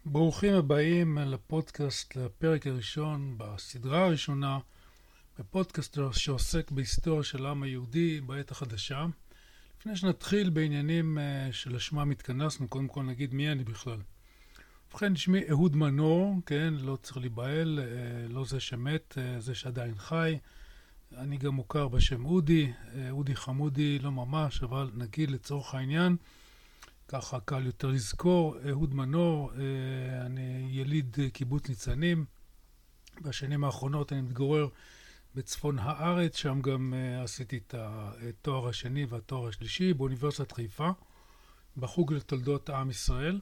ברוכים הבאים לפודקאסט, לפרק הראשון בסדרה הראשונה, בפודקאסט שעוסק בהיסטוריה של העם היהודי בעת החדשה. לפני שנתחיל בעניינים שלשמם התכנסנו, קודם כל נגיד מי אני בכלל. ובכן, שמי אהוד מנור, כן, לא צריך להיבהל, לא זה שמת, זה שעדיין חי. אני גם מוכר בשם אודי, אודי חמודי, לא ממש, אבל נגיד לצורך העניין. ככה קל יותר לזכור, אהוד מנור, אני יליד קיבוץ ניצנים. בשנים האחרונות אני מתגורר בצפון הארץ, שם גם עשיתי את התואר השני והתואר השלישי באוניברסיטת חיפה, בחוג לתולדות עם ישראל.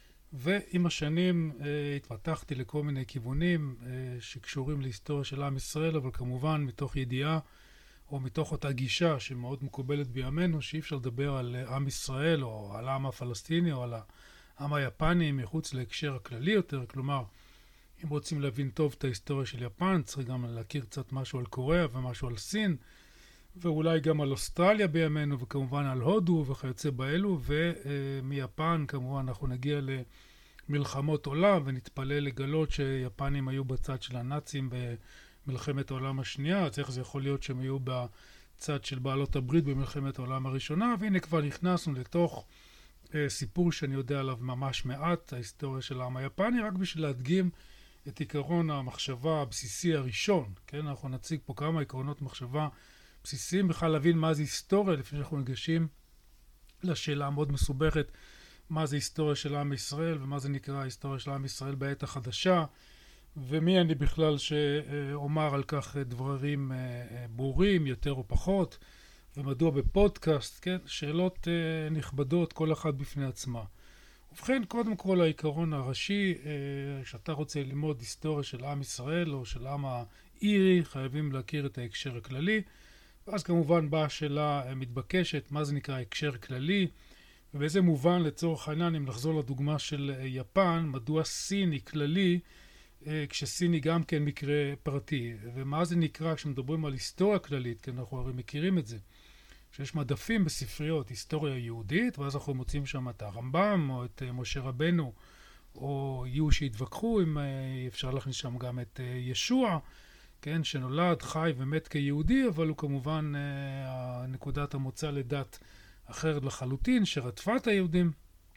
ועם השנים התפתחתי לכל מיני כיוונים שקשורים להיסטוריה של עם ישראל, אבל כמובן מתוך ידיעה או מתוך אותה גישה שמאוד מקובלת בימינו, שאי אפשר לדבר על עם ישראל או על העם הפלסטיני או על העם היפני מחוץ להקשר הכללי יותר. כלומר, אם רוצים להבין טוב את ההיסטוריה של יפן, צריך גם להכיר קצת משהו על קוריאה ומשהו על סין, ואולי גם על אוסטרליה בימינו, וכמובן על הודו וכיוצא באלו, ומיפן כמובן אנחנו נגיע למלחמות עולם ונתפלל לגלות שיפנים היו בצד של הנאצים במלחמת העולם השנייה, אז איך זה יכול להיות שהם היו בצד של בעלות הברית במלחמת העולם הראשונה. והנה כבר נכנסנו לתוך סיפור שאני יודע עליו ממש מעט, ההיסטוריה של העם היפני, רק בשביל להדגים את עיקרון המחשבה הבסיסי הראשון. כן, אנחנו נציג פה כמה עקרונות מחשבה בסיסיים, בכלל להבין מה זה היסטוריה, לפני שאנחנו ניגשים לשאלה מאוד מסובכת, מה זה היסטוריה של עם ישראל, ומה זה נקרא ההיסטוריה של עם ישראל בעת החדשה, ומי אני בכלל שאומר על כך דברים ברורים, יותר או פחות, ומדוע בפודקאסט, כן? שאלות נכבדות, כל אחת בפני עצמה. ובכן, קודם כל העיקרון הראשי, שאתה רוצה ללמוד היסטוריה של עם ישראל או של עם האירי, חייבים להכיר את ההקשר הכללי, ואז כמובן באה השאלה מתבקשת, מה זה נקרא הקשר כללי, ובאיזה מובן לצורך העניין, אם נחזור לדוגמה של יפן, מדוע סין היא כללי, כשסין היא גם כן מקרה פרטי, ומה זה נקרא כשמדברים על היסטוריה כללית, כי אנחנו הרי מכירים את זה, שיש מדפים בספריות היסטוריה יהודית, ואז אנחנו מוצאים שם את הרמב"ם, או את משה רבנו, או יהיו שהתווכחו, אם אפשר להכניס שם גם את ישוע, כן, שנולד, חי ומת כיהודי, אבל הוא כמובן נקודת המוצא לדת אחרת לחלוטין, שרדפה את היהודים.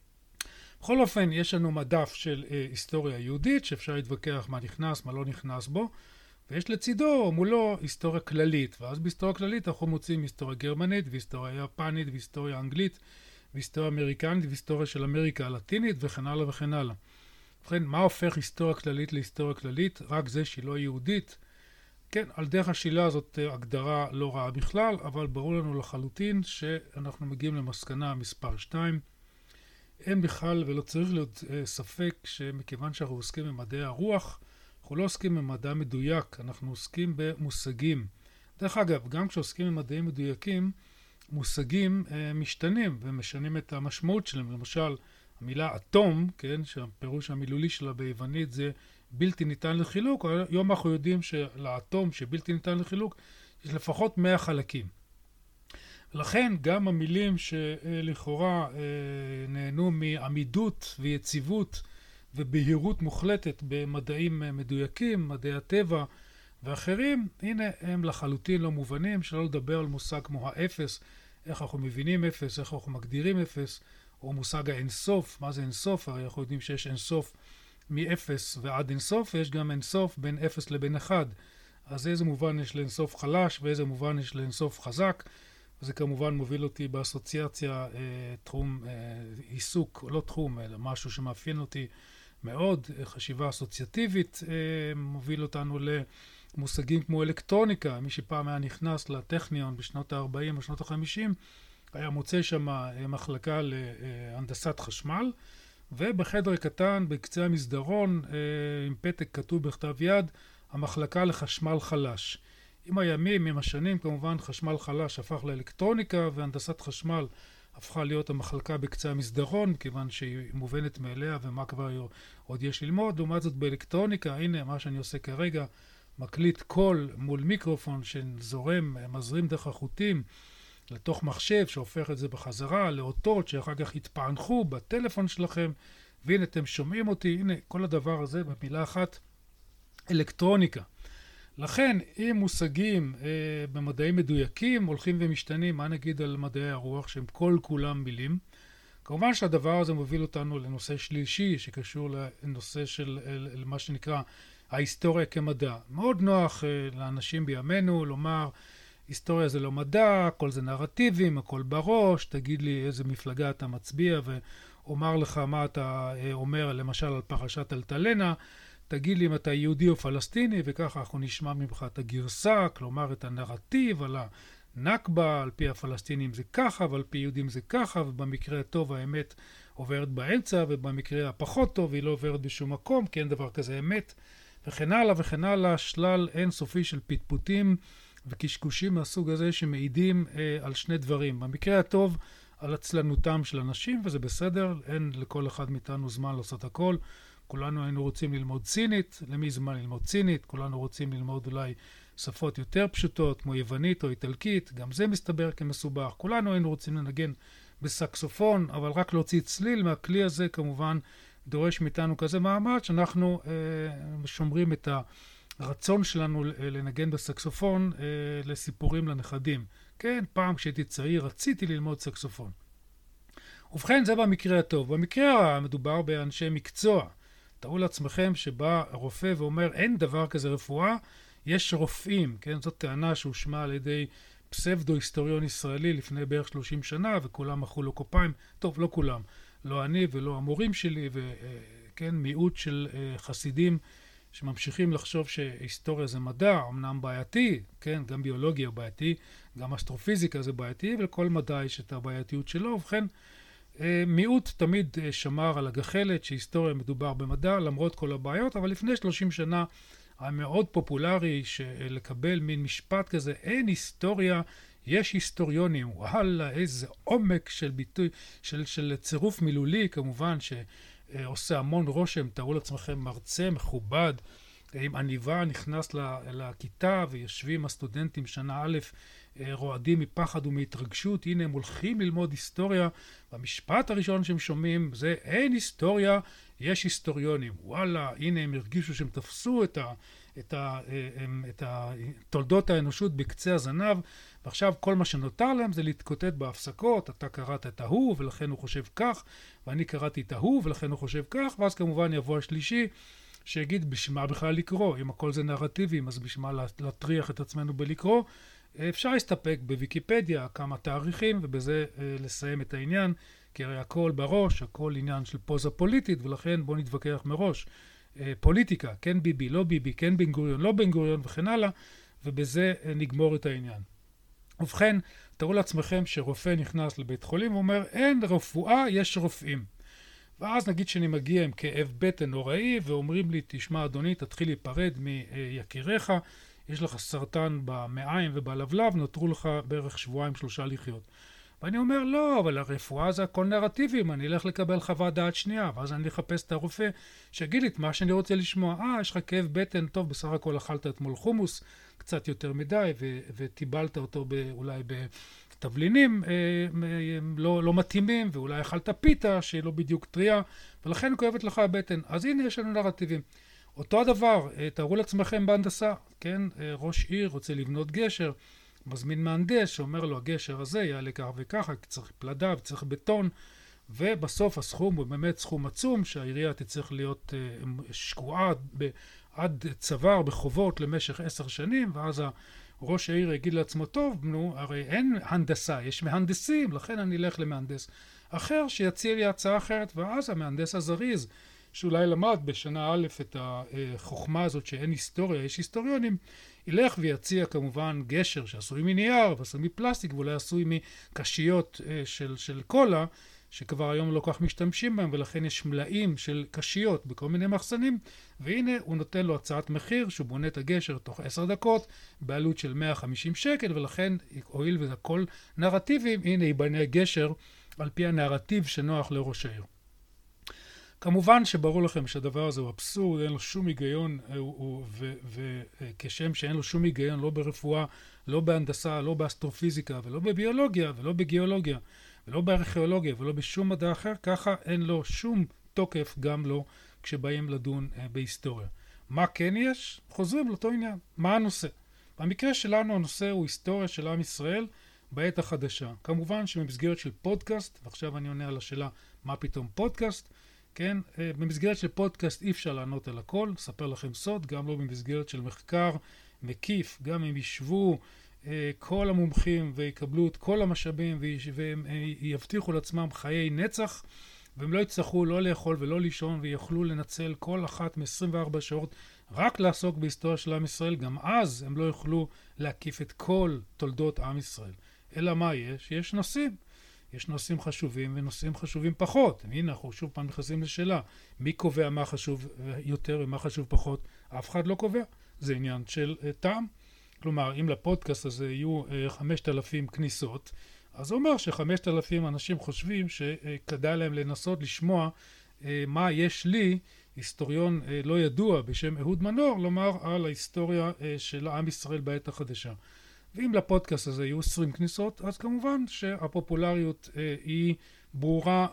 בכל אופן, יש לנו מדף של היסטוריה יהודית, שאפשר להתווכח מה נכנס, מה לא נכנס בו, ויש לצידו או מולו היסטוריה כללית, ואז בהיסטוריה כללית אנחנו מוצאים היסטוריה גרמנית, והיסטוריה יפנית, והיסטוריה אנגלית, והיסטוריה אמריקנית, והיסטוריה של אמריקה הלטינית, וכן הלאה וכן הלאה. ובכן, מה הופך היסטוריה כללית להיסטוריה כללית? רק זה שהיא לא יהודית. כן, על דרך השאלה הזאת הגדרה לא רעה בכלל, אבל ברור לנו לחלוטין שאנחנו מגיעים למסקנה מספר 2. אין בכלל ולא צריך להיות ספק שמכיוון שאנחנו עוסקים במדעי הרוח, אנחנו לא עוסקים במדע מדויק, אנחנו עוסקים במושגים. דרך אגב, גם כשעוסקים במדעים מדויקים, מושגים משתנים ומשנים את המשמעות שלהם. למשל, המילה אטום, כן, שהפירוש המילולי שלה ביוונית זה בלתי ניתן לחילוק, היום אנחנו יודעים שלאטום שבלתי ניתן לחילוק יש לפחות 100 חלקים. לכן גם המילים שלכאורה נהנו מעמידות ויציבות ובהירות מוחלטת במדעים מדויקים, מדעי הטבע ואחרים, הנה הם לחלוטין לא מובנים, שלא לדבר על מושג כמו האפס, איך אנחנו מבינים אפס, איך אנחנו מגדירים אפס, או מושג האינסוף, מה זה אינסוף? הרי אנחנו יודעים שיש אינסוף מאפס ועד אינסוף, ויש גם אינסוף בין אפס לבין אחד. אז איזה מובן יש לאינסוף חלש ואיזה מובן יש לאינסוף חזק, וזה כמובן מוביל אותי באסוציאציה תחום עיסוק, לא תחום, אלא משהו שמאפיין אותי מאוד, חשיבה אסוציאטיבית, מוביל אותנו למושגים כמו אלקטרוניקה. מי שפעם היה נכנס לטכניון בשנות ה-40 או שנות ה-50, היה מוצא שם מחלקה להנדסת חשמל, ובחדר קטן בקצה המסדרון עם פתק כתוב בכתב יד, המחלקה לחשמל חלש. עם הימים, עם השנים, כמובן חשמל חלש הפך לאלקטרוניקה, והנדסת חשמל הפכה להיות המחלקה בקצה המסדרון, כיוון שהיא מובנת מאליה ומה כבר עוד יש ללמוד. לעומת זאת באלקטרוניקה, הנה מה שאני עושה כרגע, מקליט קול מול מיקרופון שזורם, מזרים דרך החוטים לתוך מחשב, שהופך את זה בחזרה לאותות שאחר כך יתפענחו בטלפון שלכם, והנה אתם שומעים אותי, הנה כל הדבר הזה במילה אחת, אלקטרוניקה. לכן, אם מושגים במדעים מדויקים הולכים ומשתנים, מה נגיד על מדעי הרוח שהם כל כולם מילים? כמובן שהדבר הזה מוביל אותנו לנושא שלישי שקשור לנושא של מה שנקרא ההיסטוריה כמדע. מאוד נוח לאנשים בימינו לומר, היסטוריה זה לא מדע, הכל זה נרטיבים, הכל בראש, תגיד לי איזה מפלגה אתה מצביע ואומר לך מה אתה אומר למשל על פרשת אלטלנה, תגיד לי אם אתה יהודי או פלסטיני, וככה אנחנו נשמע ממך את הגרסה, כלומר את הנרטיב על הנכבה, על פי הפלסטינים זה ככה, ועל פי יהודים זה ככה, ובמקרה הטוב האמת עוברת באמצע, ובמקרה הפחות טוב היא לא עוברת בשום מקום, כי אין דבר כזה אמת, וכן הלאה וכן הלאה, שלל אינסופי של פטפוטים וקשקושים מהסוג הזה שמעידים על שני דברים. במקרה הטוב, על עצלנותם של אנשים, וזה בסדר, אין לכל אחד מאיתנו זמן לעשות הכל. כולנו היינו רוצים ללמוד סינית, למי זמן ללמוד סינית? כולנו רוצים ללמוד אולי שפות יותר פשוטות, כמו יוונית או איטלקית, גם זה מסתבר כמסובך. כולנו היינו רוצים לנגן בסקסופון, אבל רק להוציא צליל מהכלי הזה כמובן דורש מאיתנו כזה מעמד, שאנחנו שומרים את הרצון שלנו לנגן בסקסופון לסיפורים לנכדים. כן, פעם כשהייתי צעיר רציתי ללמוד סקסופון. ובכן, זה במקרה הטוב. במקרה הרע מדובר באנשי מקצוע. תראו לעצמכם שבא רופא ואומר, אין דבר כזה רפואה, יש רופאים. כן, זאת טענה שהושמעה על ידי פסבדו-היסטוריון ישראלי לפני בערך 30 שנה, וכולם מחאו לו כפיים. טוב, לא כולם. לא אני ולא המורים שלי, וכן, מיעוט של חסידים שממשיכים לחשוב שהיסטוריה זה מדע, אמנם בעייתי, כן, גם ביולוגיה הוא בעייתי, גם אסטרופיזיקה זה בעייתי, ולכל מדע יש את הבעייתיות שלו. ובכן, מיעוט תמיד שמר על הגחלת שהיסטוריה מדובר במדע למרות כל הבעיות, אבל לפני 30 שנה היה מאוד פופולרי לקבל מין משפט כזה, אין היסטוריה, יש היסטוריונים. וואלה, איזה עומק של ביטוי, של צירוף מילולי כמובן שעושה המון רושם. תראו לעצמכם מרצה מכובד עם עניבה נכנס לכיתה ויושבים הסטודנטים שנה א' רועדים מפחד ומהתרגשות. הנה הם הולכים ללמוד היסטוריה, והמשפט הראשון שהם שומעים זה אין היסטוריה, יש היסטוריונים. וואלה, הנה הם הרגישו שהם תפסו את תולדות האנושות בקצה הזנב, ועכשיו כל מה שנותר להם זה להתקוטט בהפסקות. אתה קראת את ההוא ולכן הוא חושב כך, ואני קראתי את ההוא ולכן הוא חושב כך, ואז כמובן יבוא השלישי שיגיד בשמה בכלל לקרוא. אם הכל זה נרטיבים, אז בשמה להטריח את עצמנו בלקרוא. אפשר להסתפק בוויקיפדיה כמה תאריכים ובזה לסיים את העניין, כי הרי הכל בראש, הכל עניין של פוזה פוליטית, ולכן בוא נתווכח מראש. פוליטיקה, כן ביבי, לא ביבי, כן בן גוריון, לא בן גוריון וכן הלאה, ובזה נגמור את העניין. ובכן, תראו לעצמכם שרופא נכנס לבית חולים ואומר, אין רפואה, יש רופאים. ואז נגיד שאני מגיע עם כאב בטן נוראי, ואומרים לי, תשמע אדוני, תתחיל להיפרד מיקיריך, יש לך סרטן במעיים ובלבלב, נותרו לך בערך 2-3 לחיות. ואני אומר, לא, אבל הרפואה זה הכל נרטיבים, אני אלך לקבל חוות דעת שנייה, ואז אני אחפש את הרופא, שיגיד לי את מה שאני רוצה לשמוע. יש לך כאב בטן, טוב, בסך הכל אכלת אתמול חומוס, קצת יותר מדי, וטיבלת אותו אולי בתבלינים לא מתאימים, ואולי אכלת פיתה שהיא לא בדיוק טריה, ולכן כואבת לך הבטן. אז הנה יש לנו נרטיבים. אותו הדבר, תארו לעצמכם בהנדסה, כן? ראש עיר רוצה לבנות גשר, מזמין מהנדס שאומר לו הגשר הזה יעלה כך וככה, כי צריך פלדה וצריך בטון, ובסוף הסכום הוא באמת סכום עצום שהעירייה תצטרך להיות שקועה עד צוואר בחובות למשך 10 שנים, ואז ראש העיר יגיד לעצמו, טוב, נו, הרי אין הנדסה, יש מהנדסים, לכן אני אלך למהנדס אחר שיציע לי הצעה אחרת, ואז המהנדס הזריז, שאולי למד בשנה א' את החוכמה הזאת שאין היסטוריה, יש היסטוריונים, ילך ויציע כמובן גשר שעשוי מנייר ועשוי מפלסטיק ואולי עשוי מקשיות של קולה, שכבר היום לא כך משתמשים בהם, ולכן יש מלאים של קשיות בכל מיני מחסנים, והנה הוא נותן לו הצעת מחיר שהוא בונה את הגשר תוך 10 דקות בעלות של 150 שקל, ולכן הועיל וזה הכל נרטיבים, הנה ייבנה גשר על פי הנרטיב שנוח לראש העיר. כמובן שברור לכם שהדבר הזה הוא אבסורד, אין לו שום היגיון, וכשם שאין לו שום היגיון לא ברפואה, לא בהנדסה, לא באסטרופיזיקה, ולא בביולוגיה, ולא בגיאולוגיה, ולא בארכיאולוגיה, ולא בשום מדע אחר, ככה אין לו שום תוקף, גם לא כשבאים לדון בהיסטוריה. מה כן יש? חוזרים לאותו עניין. מה הנושא? במקרה שלנו הנושא הוא היסטוריה של עם ישראל בעת החדשה. כמובן שבמסגרת של פודקאסט, ועכשיו אני עונה על השאלה מה פתאום פודקאסט, כן? במסגרת של פודקאסט אי אפשר לענות על הכל, אספר לכם סוד, גם לא במסגרת של מחקר מקיף, גם אם ישבו כל המומחים ויקבלו את כל המשאבים והם יבטיחו לעצמם חיי נצח, והם לא יצטרכו לא לאכול ולא לישון ויוכלו לנצל כל אחת מ-24 שעות רק לעסוק בהיסטוריה של עם ישראל. גם אז הם לא יוכלו להקיף את כל תולדות עם ישראל. אלא מה יש? יש נושאים. יש נושאים חשובים ונושאים חשובים פחות. הנה, אנחנו שוב פעם נכנסים לשאלה. מי קובע מה חשוב יותר ומה חשוב פחות? אף אחד לא קובע. זה עניין של טעם. כלומר, אם לפודקאסט הזה יהיו 5,000 כניסות, אז הוא אומר ש5,000 אנשים חושבים שכדאי להם לנסות לשמוע מה יש לי, היסטוריון לא ידוע בשם אהוד מנור, לומר על ההיסטוריה של עם ישראל בעת החדשה. ואם לפודקאסט הזה יהיו 20 כניסות, אז כמובן שהפופולריות היא ברורה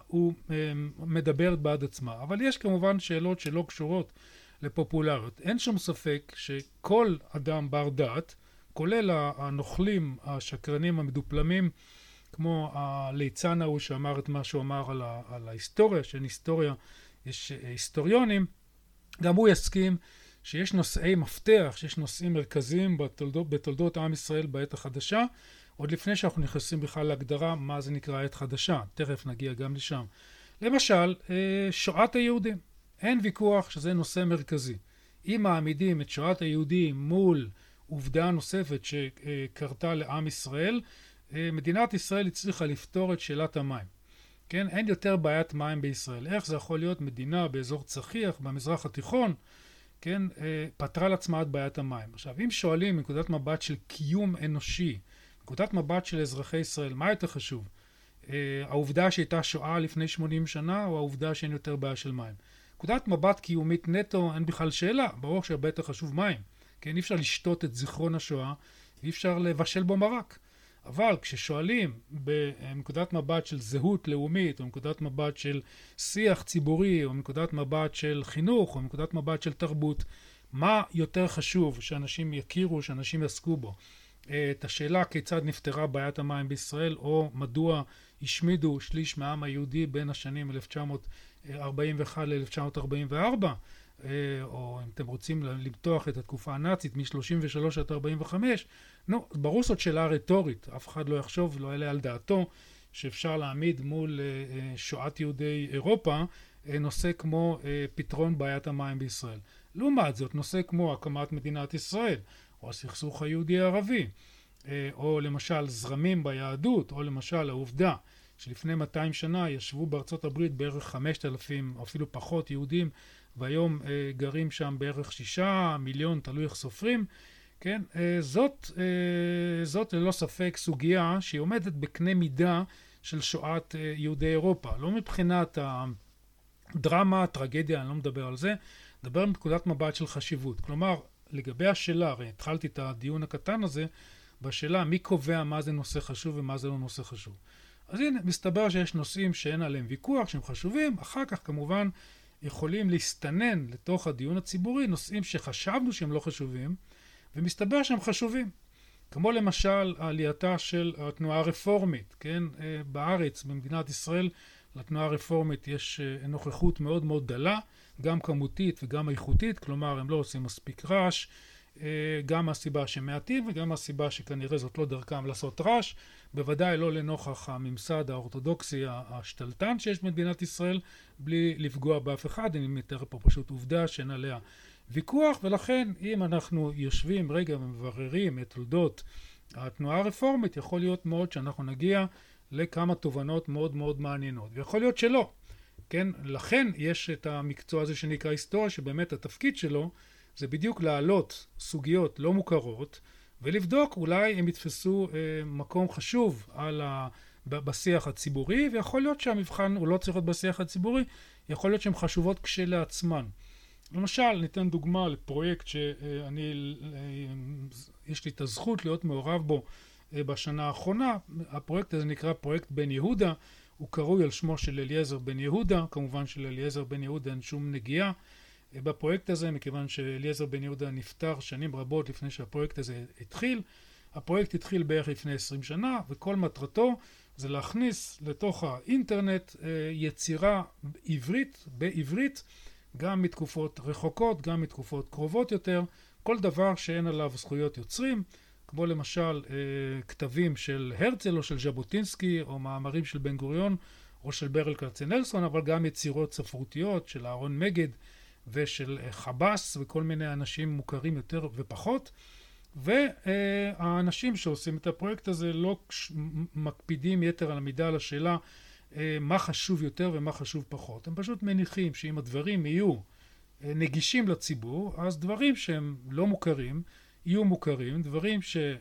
ומדברת בעד עצמה. אבל יש כמובן שאלות שלא קשורות לפופולריות. אין שום ספק שכל אדם בר דעת, כולל הנוכלים, השקרנים, המדופלמים, כמו הליצן ההוא שאמר את מה שהוא אמר על ההיסטוריה, שאין היסטוריה, יש היסטוריונים, גם הוא יסכים שיש נושאי מפתח, שיש נושאים מרכזיים בתולדות עם ישראל בעת החדשה, עוד לפני שאנחנו נכנסים בכלל להגדרה מה זה נקרא עת חדשה, תכף נגיע גם לשם. למשל, שואת היהודים. אין ויכוח שזה נושא מרכזי. אם מעמידים את שואת היהודים מול עובדה נוספת שקרתה לעם ישראל, מדינת ישראל הצליחה לפתור את שאלת המים. כן? אין יותר בעיית מים בישראל. איך זה יכול להיות מדינה באזור צחיח, במזרח התיכון, כן? פתרה לעצמה את בעיית המים. עכשיו, אם שואלים מנקודת מבט של קיום אנושי, מנקודת מבט של אזרחי ישראל, מה יותר חשוב? העובדה שהייתה שואה לפני 80 שנה, או העובדה שאין יותר בעיה של מים? נקודת מבט קיומית נטו, אין בכלל שאלה. ברור שהרבה יותר חשוב מים. כן? אי אפשר לשתות את זיכרון השואה, אי אפשר לבשל בו מרק. אבל כששואלים בנקודת מבט של זהות לאומית, או נקודת מבט של שיח ציבורי, או נקודת מבט של חינוך, או נקודת מבט של תרבות, מה יותר חשוב שאנשים יכירו, שאנשים יעסקו בו? את השאלה כיצד נפתרה בעיית המים בישראל, או מדוע השמידו שליש מהעם היהודי בין השנים 1941 ל-1944, או אם אתם רוצים למתוח את התקופה הנאצית מ-33 עד 45, ברור זאת שאלה רטורית, אף אחד לא יחשוב, לא יעלה על דעתו, שאפשר להעמיד מול שואת יהודי אירופה, נושא כמו פתרון בעיית המים בישראל. לעומת זאת, נושא כמו הקמת מדינת ישראל, או הסכסוך היהודי-ערבי, או למשל זרמים ביהדות, או למשל העובדה שלפני 200 שנה ישבו בארצות הברית בערך 5,000 או אפילו פחות יהודים, והיום גרים שם בערך 6 מיליון, תלוי איך סופרים, כן? זאת ללא ספק סוגיה שהיא עומדת בקנה מידה של שואת יהודי אירופה. לא מבחינת הדרמה, הטרגדיה, אני לא מדבר על זה, מדבר מנקודת מבט של חשיבות. כלומר, לגבי השאלה, הרי התחלתי את הדיון הקטן הזה, בשאלה מי קובע מה זה נושא חשוב ומה זה לא נושא חשוב. אז הנה, מסתבר שיש נושאים שאין עליהם ויכוח, שהם חשובים, אחר כך כמובן יכולים להסתנן לתוך הדיון הציבורי, נושאים שחשבנו שהם לא חשובים, ומסתבר שהם חשובים. כמו למשל העלייתה של התנועה הרפורמית, כן? בארץ, במדינת ישראל, לתנועה הרפורמית יש נוכחות מאוד מאוד דלה, גם כמותית וגם איכותית, כלומר הם לא עושים מספיק רעש, גם מהסיבה שמעטים וגם מהסיבה שכנראה זאת לא דרכם לעשות רעש, בוודאי לא לנוכח הממסד האורתודוקסי השתלטן שיש במדינת ישראל, בלי לפגוע באף אחד. אני מתאר פה פשוט עובדה שאין עליה ויכוח, ולכן אם אנחנו יושבים רגע ומבררים את תולדות התנועה הרפורמית, יכול להיות מאוד שאנחנו נגיע לכמה תובנות מאוד מאוד מעניינות, ויכול להיות שלא. כן? לכן יש את המקצוע הזה שנקרא היסטוריה, שבאמת התפקיד שלו זה בדיוק להעלות סוגיות לא מוכרות, ולבדוק אולי הם יתפסו מקום חשוב בשיח הציבורי, ויכול להיות שהמבחן הוא לא צריך להיות בשיח הציבורי, יכול להיות שהן חשובות כשלעצמן. למשל, ניתן דוגמה לפרויקט יש לי את הזכות להיות מעורב בו בשנה האחרונה. הפרויקט הזה נקרא פרויקט בן יהודה, הוא קרוי על שמו של אליעזר בן יהודה. כמובן שלאליעזר בן יהודה אין שום נגיעה בפרויקט הזה, מכיוון שאליעזר בן יהודה נפטר שנים רבות לפני שהפרויקט הזה התחיל. הפרויקט התחיל בערך לפני 20 שנה, וכל מטרתו זה להכניס לתוך האינטרנט יצירה עברית, בעברית, גם מתקופות רחוקות, גם מתקופות קרובות יותר, כל דבר שאין עליו זכויות יוצרים, כמו למשל כתבים של הרצל או של ז'בוטינסקי, או מאמרים של בן גוריון או של ברל כצנלסון, אבל גם יצירות ספרותיות של אהרון מגד ושל חבאס וכל מיני אנשים מוכרים יותר ופחות. והאנשים שעושים את הפרויקט הזה לא מקפידים יתר על המידה על השאלה מה חשוב יותר ומה חשוב פחות. הם פשוט מניחים שאם הדברים יהיו נגישים לציבור, אז דברים שהם לא מוכרים יהיו מוכרים, דברים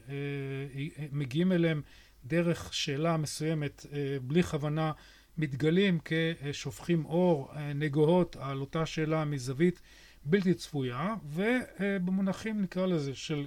שמגיעים אליהם דרך שאלה מסוימת בלי כוונה מתגלים כשופכים אור נגוהות על אותה שאלה מזווית בלתי צפויה. ובמונחים נקרא לזה של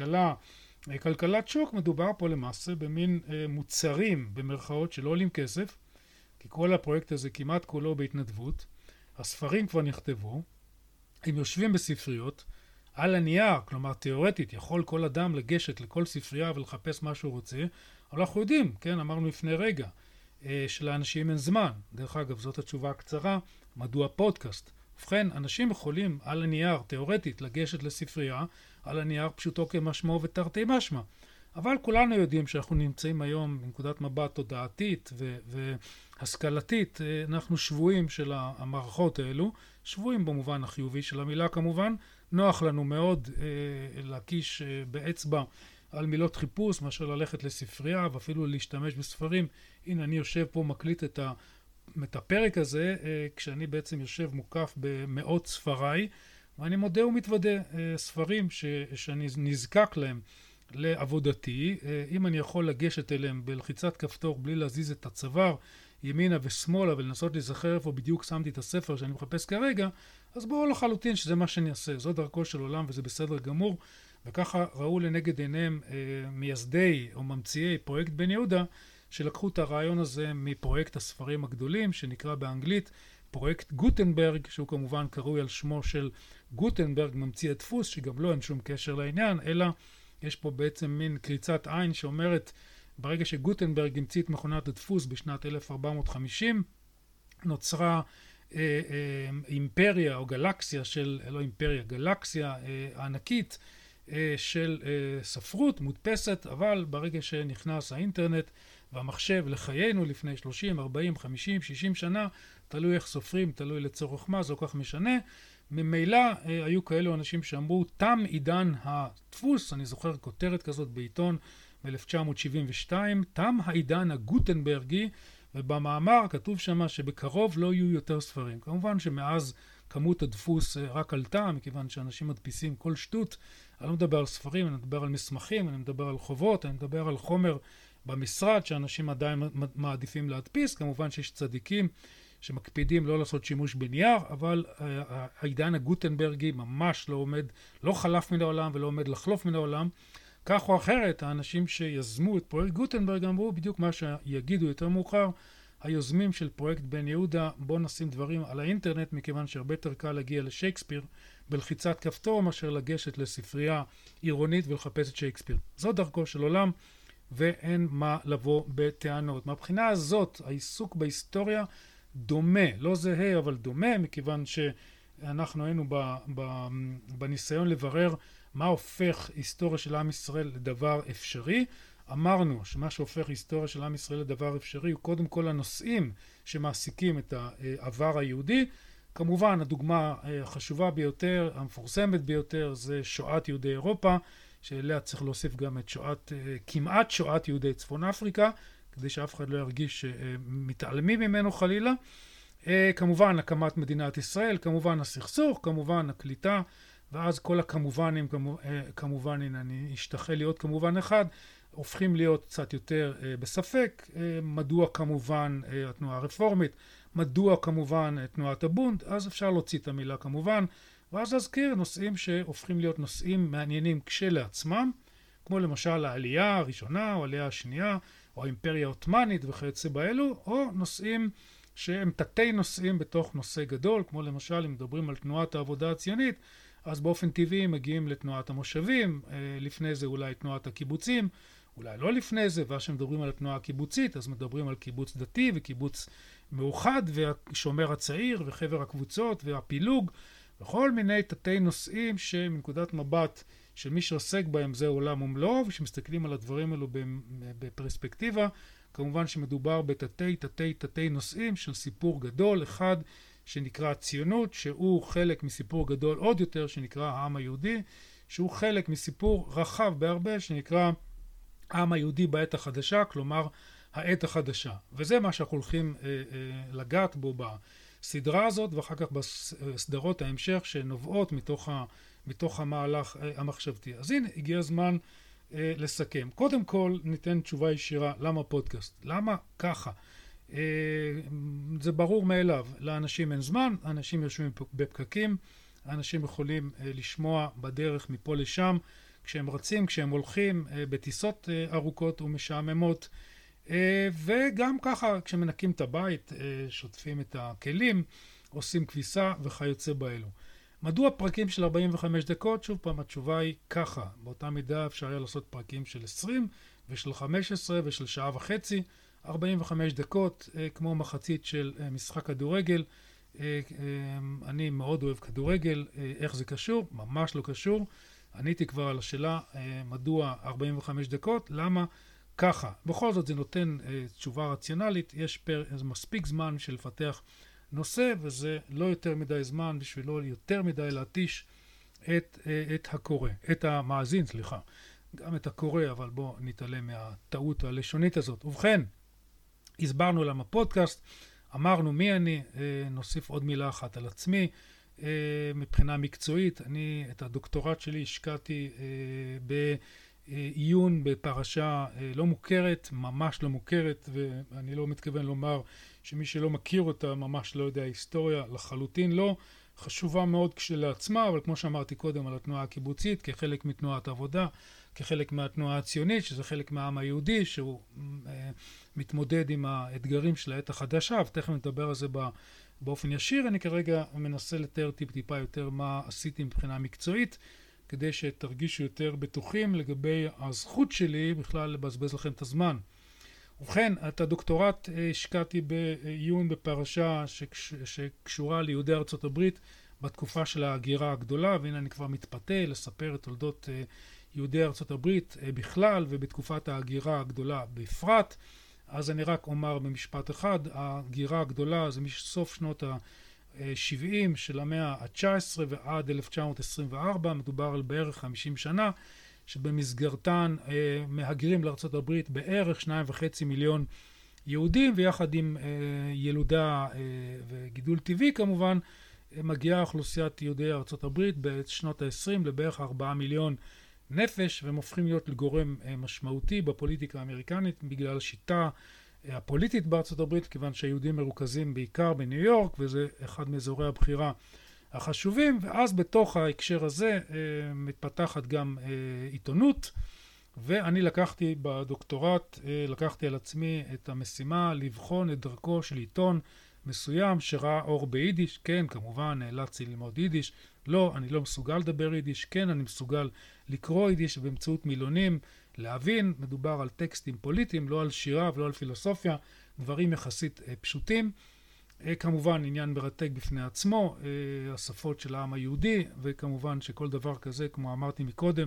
כלכלת שוק, מדובר פה למעשה במין מוצרים במרכאות שלא עולים כסף, כי כל הפרויקט הזה כמעט כולו בהתנדבות. הספרים כבר נכתבו, הם יושבים בספריות על הנייר, כלומר תיאורטית יכול כל אדם לגשת לכל ספרייה ולחפש מה שהוא רוצה, אבל אנחנו יודעים, כן, אמרנו לפני רגע, שלאנשים אין זמן. דרך אגב, זאת התשובה הקצרה, מדוע פודקאסט? ובכן, אנשים יכולים על הנייר תיאורטית לגשת לספרייה, על הנייר פשוטו כמשמעו ותרתי משמע. אבל כולנו יודעים שאנחנו נמצאים היום בנקודת מבט תודעתית והשכלתית, אנחנו שבויים של המערכות האלו, שבויים במובן החיובי של המילה כמובן. נוח לנו מאוד להקיש באצבע על מילות חיפוש מאשר ללכת לספרייה ואפילו להשתמש בספרים. הנה אני יושב פה מקליט את הפרק הזה כשאני בעצם יושב מוקף במאות ספריי, ואני מודה ומתוודה, ספרים שאני נזקק להם לעבודתי, אם אני יכול לגשת אליהם בלחיצת כפתור בלי להזיז את הצוואר ימינה ושמאלה ולנסות להיזכר איפה בדיוק שמתי את הספר שאני מחפש כרגע, אז ברור לחלוטין שזה מה שאני אעשה. זו דרכו של עולם וזה בסדר גמור. וככה ראו לנגד עיניהם מייסדי או ממציאי פרויקט בן יהודה, שלקחו את הרעיון הזה מפרויקט הספרים הגדולים שנקרא באנגלית פרויקט גוטנברג, שהוא כמובן קרוי על שמו של גוטנברג, ממציא הדפוס, שגם לא אין שום קשר לעניין, אלא יש פה בעצם מין קריצת עין שאומרת, ברגע שגוטנברג המציא את מכונת הדפוס בשנת 1450, נוצרה אימפריה או גלקסיה של, לא אימפריה, גלקסיה ענקית של ספרות מודפסת. אבל ברגע שנכנס האינטרנט והמחשב לחיינו לפני 30, 40, 50, 60 שנה, תלוי איך סופרים, תלוי לצורך מה, זה לא כך משנה. ממילא היו כאלו אנשים שאמרו, תם עידן הדפוס, אני זוכר כותרת כזאת בעיתון ב-1972, תם העידן הגוטנברגי, ובמאמר כתוב שמה שבקרוב לא יהיו יותר ספרים. כמובן שמאז כמות הדפוס רק עלתה, מכיוון שאנשים מדפיסים כל שטות. אני לא מדבר על ספרים, אני מדבר על מסמכים, אני מדבר על חובות, אני מדבר על חומר במשרד שאנשים עדיין מעדיפים להדפיס. כמובן שיש צדיקים שמקפידים לא לעשות שימוש בנייר, אבל העידן הגוטנברגי ממש לא עומד, לא חלף מן העולם ולא עומד לחלוף מן העולם. כך או אחרת, האנשים שיזמו את פרויקט גוטנברג אמרו בדיוק מה שיגידו יותר מאוחר, היוזמים של פרויקט בן יהודה, בוא נשים דברים על האינטרנט, מכיוון שהרבה יותר קל להגיע לשייקספיר בלחיצת כפתור מאשר לגשת לספרייה עירונית ולחפש את שייקספיר. זו דרכו של עולם ואין מה לבוא בטענות. מהבחינה הזאת, העיסוק בהיסטוריה דומה, לא זהה אבל דומה, מכיוון שאנחנו היינו בניסיון לברר מה הופך היסטוריה של עם ישראל לדבר אפשרי. אמרנו שמה שהופך היסטוריה של עם ישראל לדבר אפשרי הוא קודם כל הנושאים שמעסיקים את העבר היהודי. כמובן הדוגמה החשובה ביותר, המפורסמת ביותר, זה שואת יהודי אירופה, שאליה צריך להוסיף גם את כמעט שואת יהודי צפון אפריקה, כדי שאף אחד לא ירגיש שמתעלמים ממנו חלילה. כמובן הקמת מדינת ישראל, כמובן הסכסוך, כמובן הקליטה, ואז כל הכמובנים, כמובן אני אשתחל להיות כמובן אחד, הופכים להיות קצת יותר בספק. מדוע כמובן התנועה הרפורמית, מדוע כמובן תנועת הבונד, אז אפשר להוציא את המילה כמובן, ואז להזכיר נושאים שהופכים להיות נושאים מעניינים כשלעצמם, כמו למשל העלייה הראשונה או העלייה השנייה, או האימפריה העות'מאנית וכיוצא באלו, או נושאים שהם תתי נושאים בתוך נושא גדול, כמו למשל אם מדברים על תנועת העבודה הציונית, אז באופן טבעי מגיעים לתנועת המושבים, לפני זה אולי תנועת הקיבוצים, אולי לא לפני זה, ואז שמדברים על התנועה הקיבוצית, אז מדברים על קיבוץ דתי וקיבוץ מאוחד, והשומר הצעיר וחבר הקבוצות והפילוג, וכל מיני תתי נושאים שמנקודת מבט של מי שעוסק בהם זה עולם ומלואו, ושמסתכלים על הדברים האלו בפרספקטיבה, כמובן שמדובר בתתי נושאים של סיפור גדול, אחד שנקרא ציונות, שהוא חלק מסיפור גדול עוד יותר שנקרא העם היהודי, שהוא חלק מסיפור רחב בהרבה שנקרא העם היהודי בעת החדשה, כלומר העת החדשה. וזה מה שאנחנו הולכים לגעת בו בסדרה הזאת, ואחר כך בסדרות ההמשך שנובעות מתוך המהלך המחשבתי. אז הנה, הגיע הזמן לסכם. קודם כל ניתן תשובה ישירה, למה פודקאסט? למה ככה? זה ברור מאליו, לאנשים אין זמן, אנשים יושבים בפקקים, אנשים יכולים לשמוע בדרך מפה לשם, כשהם רצים, כשהם הולכים בטיסות ארוכות ומשעממות, וגם ככה כשמנקים את הבית, שוטפים את הכלים, עושים כביסה וכיוצא באלו. מדוע פרקים של 45 דקות? שוב פעם, התשובה היא ככה. באותה מידה אפשר היה לעשות פרקים של 20 ושל 15 ושל שעה וחצי, 45 דקות, כמו מחצית של משחק כדורגל. אני מאוד אוהב כדורגל. איך זה קשור? ממש לא קשור. עניתי כבר על השאלה מדוע 45 דקות, למה ככה. בכל זאת זה נותן תשובה רציונלית, יש מספיק זמן של לפתח נושא, וזה לא יותר מדי זמן בשבילו יותר מדי להתיש את הקורא, את המאזין, סליחה. גם את הקורא, אבל בואו נתעלם מהטעות הלשונית הזאת. ובכן, הסברנו למה פודקאסט, אמרנו מי אני, נוסיף עוד מילה אחת על עצמי. מבחינה מקצועית, אני את הדוקטורט שלי השקעתי בעיון בפרשה לא מוכרת, ממש לא מוכרת, ואני לא מתכוון לומר שמי שלא מכיר אותה ממש לא יודע היסטוריה, לחלוטין לא. חשובה מאוד כשלעצמה, אבל כמו שאמרתי קודם על התנועה הקיבוצית, כחלק מתנועת עבודה, כחלק מהתנועה הציונית, שזה חלק מהעם היהודי, שהוא מתמודד עם האתגרים של העת החדשה, ותכף נדבר על זה באופן ישיר. אני כרגע מנסה לתאר טיפה יותר מה עשיתי מבחינה מקצועית, כדי שתרגישו יותר בטוחים לגבי הזכות שלי בכלל לבזבז לכם את הזמן. ובכן, את הדוקטורט השקעתי בעיון בפרשה שקשורה ליהודי ארצות הברית בתקופה של ההגירה הגדולה, והנה אני כבר מתפתה לספר את תולדות יהודי ארצות הברית בכלל ובתקופת ההגירה הגדולה בפרט. אז אני רק אומר במשפט אחד, ההגירה הגדולה זה מסוף שנות ה-70 של המאה ה-19 ועד 1924, מדובר על בערך 50 שנה, שבמסגרתן מהגרים לארצות הברית בערך 2.5 מיליון יהודים, ויחד עם ילודה וגידול טבעי כמובן, מגיעה אוכלוסיית יהודי ארצות הברית בשנות ה-20 לבערך 4 מיליון נפש, והם הופכים להיות לגורם משמעותי בפוליטיקה האמריקנית בגלל השיטה הפוליטית בארצות הברית, כיוון שהיהודים מרוכזים בעיקר בניו יורק, וזה אחד מאזורי הבחירה החשובים. ואז בתוך ההקשר הזה מתפתחת גם עיתונות, ואני לקחתי בדוקטורט, לקחתי על עצמי את המשימה לבחון את דרכו של עיתון מסוים שראה אור ביידיש. כן, כמובן נאלצתי ללמוד יידיש, לא, אני לא מסוגל לדבר יידיש, כן, אני מסוגל לקרוא יידיש באמצעות מילונים, להבין, מדובר על טקסטים פוליטיים, לא על שירה ולא על פילוסופיה, דברים יחסית פשוטים. כמובן עניין מרתק בפני עצמו, השפות של העם היהודי, וכמובן שכל דבר כזה, כמו אמרתי מקודם,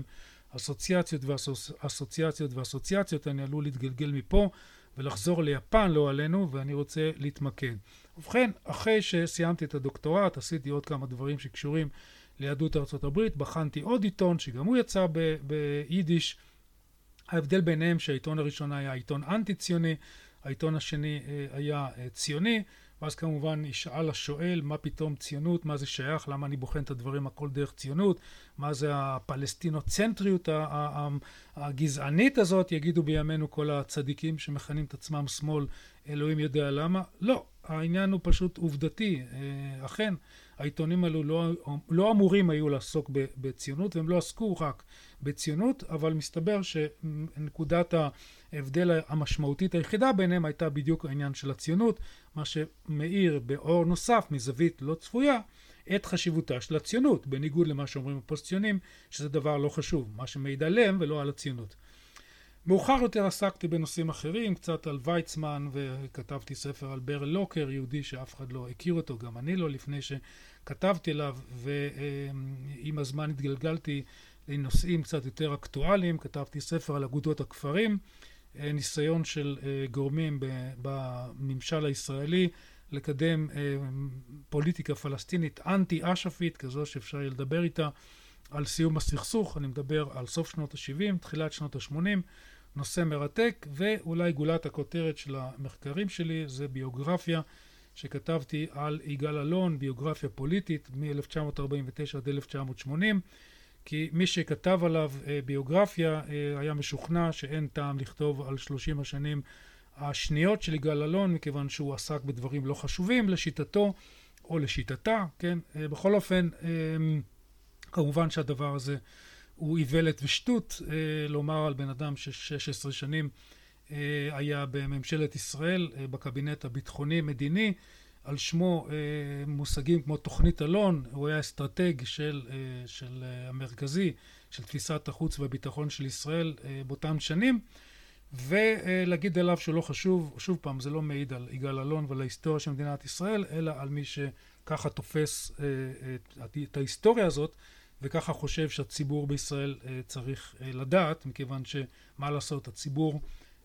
אסוציאציות, אני עלול להתגלגל מפה ולחזור ליפן, לא עלינו, ואני רוצה להתמקד. ובכן, אחרי שסיימתי את הדוקטורט, עשיתי עוד כמה דברים שקשורים ליהדות ארצות הברית, בחנתי עוד עיתון שגם הוא יצא ביידיש. ההבדל ביניהם שהעיתון הראשון היה עיתון אנטי-ציוני, העיתון השני היה ציוני, ואז כמובן ישאל השואל מה פתאום ציונות, מה זה שייך, למה אני בוחן את הדברים הכל דרך ציונות, מה זה הפלסטינוצנטריות הגזענית הזאת, יגידו בימינו כל הצדיקים שמכנים את עצמם שמאל, אלוהים יודע למה. לא, העניין הוא פשוט עובדתי. אכן, העיתונים האלו לא אמורים היו לעסוק בציונות, והם לא עסקו רק בציונות, אבל מסתבר שנקודת ההבדל המשמעותית היחידה ביניהם הייתה בדיוק העניין של הציונות, מה שמאיר באור נוסף מזווית לא צפויה את חשיבותה של הציונות, בניגוד למה שאומרים הפוסט-ציונים, שזה דבר לא חשוב, מה שמעיד עליהם ולא על הציונות. מאוחר יותר עסקתי בנושאים אחרים, קצת על ויצמן, וכתבתי ספר על ברל לוקר, יהודי שאף אחד לא הכיר אותו, גם אני לא, לפני שכתבתי עליו, ועם הזמן התגלגלתי לנושאים קצת יותר אקטואליים, כתבתי ספר על אגודות הכפרים, ניסיון של גורמים בממשל הישראלי לקדם פוליטיקה פלסטינית אנטי-אש"פית, כזו שאפשר לדבר איתה על סיום הסכסוך. אני מדבר על סוף שנות ה-70, תחילת שנות ה-80, נושא מרתק, ואולי גולת הכותרת של המחקרים שלי זה ביוגרפיה שכתבתי על יגאל אלון, ביוגרפיה פוליטית מ-1949 עד 1980, כי מי שכתב עליו ביוגרפיה היה משוכנע שאין טעם לכתוב על 30 השנים השניות של יגאל אלון, מכיוון שהוא עסק בדברים לא חשובים לשיטתו או לשיטתה, כן? בכל אופן, כמובן שהדבר הזה הוא איוולת ושטות, לומר על בן אדם ש16 שנים היה בממשלת ישראל, בקבינט הביטחוני-מדיני, על שמו מושגים כמו תוכנית אלון, הוא היה אסטרטג של המרכזי, של תפיסת החוץ והביטחון של ישראל באותם שנים, ולהגיד עליו שהוא לא חשוב, שוב פעם, זה לא מעיד על יגאל אלון ועל ההיסטוריה של מדינת ישראל, אלא על מי שככה תופס את ההיסטוריה הזאת, וככה חושב שהציבור בישראל צריך לדעת, מכיוון שמה לעשות, הציבור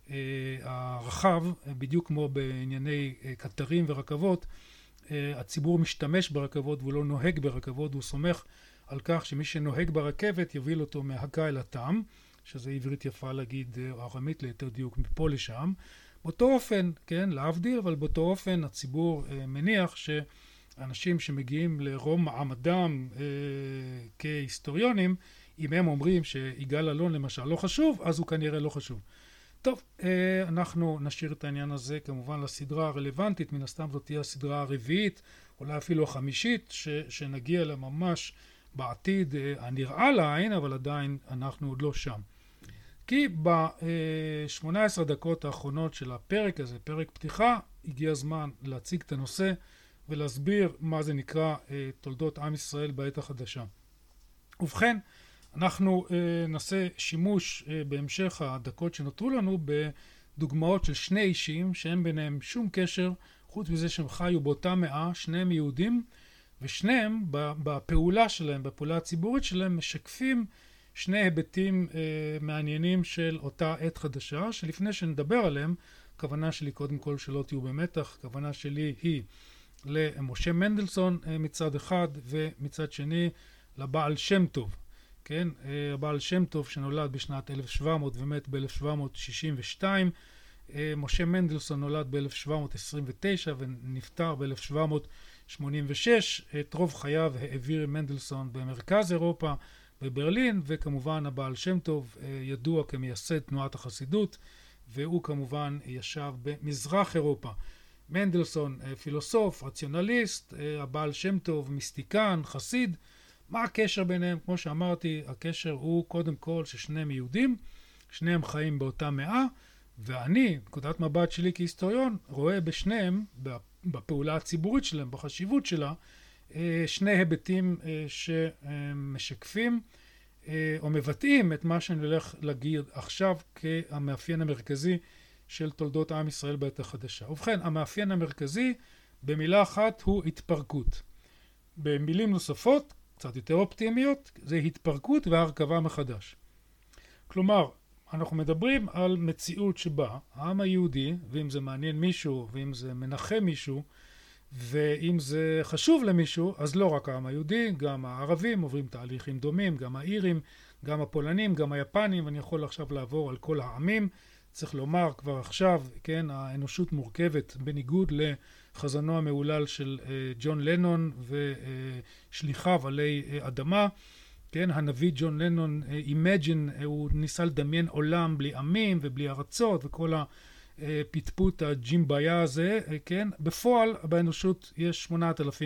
הרחב, בדיוק כמו בענייני קטרים ורכבות, הציבור משתמש ברכבות והוא לא נוהג ברכבות, הוא סומך על כך שמי שנוהג ברכבת יוביל אותו מהגה אל הטעם, שזה עברית יפה להגיד, ארמית ליתר דיוק, מפה לשם. באותו אופן, כן, להבדיל, אבל באותו אופן הציבור מניח שאנשים שמגיעים לרום מעמדם כהיסטוריונים, אם הם אומרים שיגאל אלון למשל לא חשוב, אז הוא כנראה לא חשוב. טוב, אנחנו נשאיר את העניין הזה כמובן לסדרה הרלוונטית, מן הסתם זאת תהיה הסדרה הרביעית, אולי אפילו החמישית, שנגיע לה ממש בעתיד הנראה לעין, אבל עדיין אנחנו עוד לא שם. כי ב-18 דקות האחרונות של הפרק הזה, פרק פתיחה, הגיע הזמן להציג את הנושא ולהסביר מה זה נקרא תולדות עם ישראל בעת החדשה. ובכן, אנחנו נעשה שימוש בהמשך הדקות שנותרו לנו בדוגמאות של שני אישים שאין ביניהם שום קשר, חוץ מזה שהם חיו באותה מאה, שניהם יהודים, ושניהם בפעולה שלהם, בפעולה הציבורית שלהם, משקפים שני היבטים מעניינים של אותה עת חדשה, שלפני שנדבר עליהם, הכוונה שלי קודם כל שלא תהיו במתח, הכוונה שלי היא למשה מנדלסון מצד אחד, ומצד שני לבעל שם טוב. כן, הבעל שם טוב שנולד בשנת 1700 ומת ב-1762, משה מנדלסון נולד ב-1729 ונפטר ב-1786, את רוב חייו העביר מנדלסון במרכז אירופה, בברלין, וכמובן הבעל שם טוב ידוע כמייסד תנועת החסידות, והוא כמובן ישב במזרח אירופה. מנדלסון פילוסוף, רציונליסט, הבעל שם טוב מיסטיקן, חסיד. מה הקשר ביניהם? כמו שאמרתי, הקשר הוא קודם כל ששניהם יהודים, שניהם חיים באותה מאה, ואני, נקודת מבט שלי כהיסטוריון, רואה בשניהם, בפעולה הציבורית שלהם, בחשיבות שלה, שני היבטים שמשקפים או מבטאים את מה שאני הולך להגיד עכשיו כהמאפיין המרכזי של תולדות עם ישראל בעת החדשה. ובכן, המאפיין המרכזי במילה אחת הוא התפרקות. במילים נוספות, קצת יותר אופטימיות, זה התפרקות והרכבה מחדש. כלומר, אנחנו מדברים על מציאות שבה העם היהודי, ואם זה מעניין מישהו, ואם זה מנחם מישהו, ואם זה חשוב למישהו, אז לא רק העם היהודי, גם הערבים עוברים תהליכים דומים, גם האירים, גם הפולנים, גם היפנים, ואני יכול עכשיו לעבור על כל העמים. צריך לומר כבר עכשיו, כן, האנושות מורכבת בניגוד לחזונו המהולל של ג'ון לנון ושליחיו עלי אדמה. כן, הנביא ג'ון לנון, Imagine, הוא ניסה לדמיין עולם בלי עמים ובלי ארצות וכל הפטפוט הג'ימביה הזה, כן. בפועל באנושות יש 8,000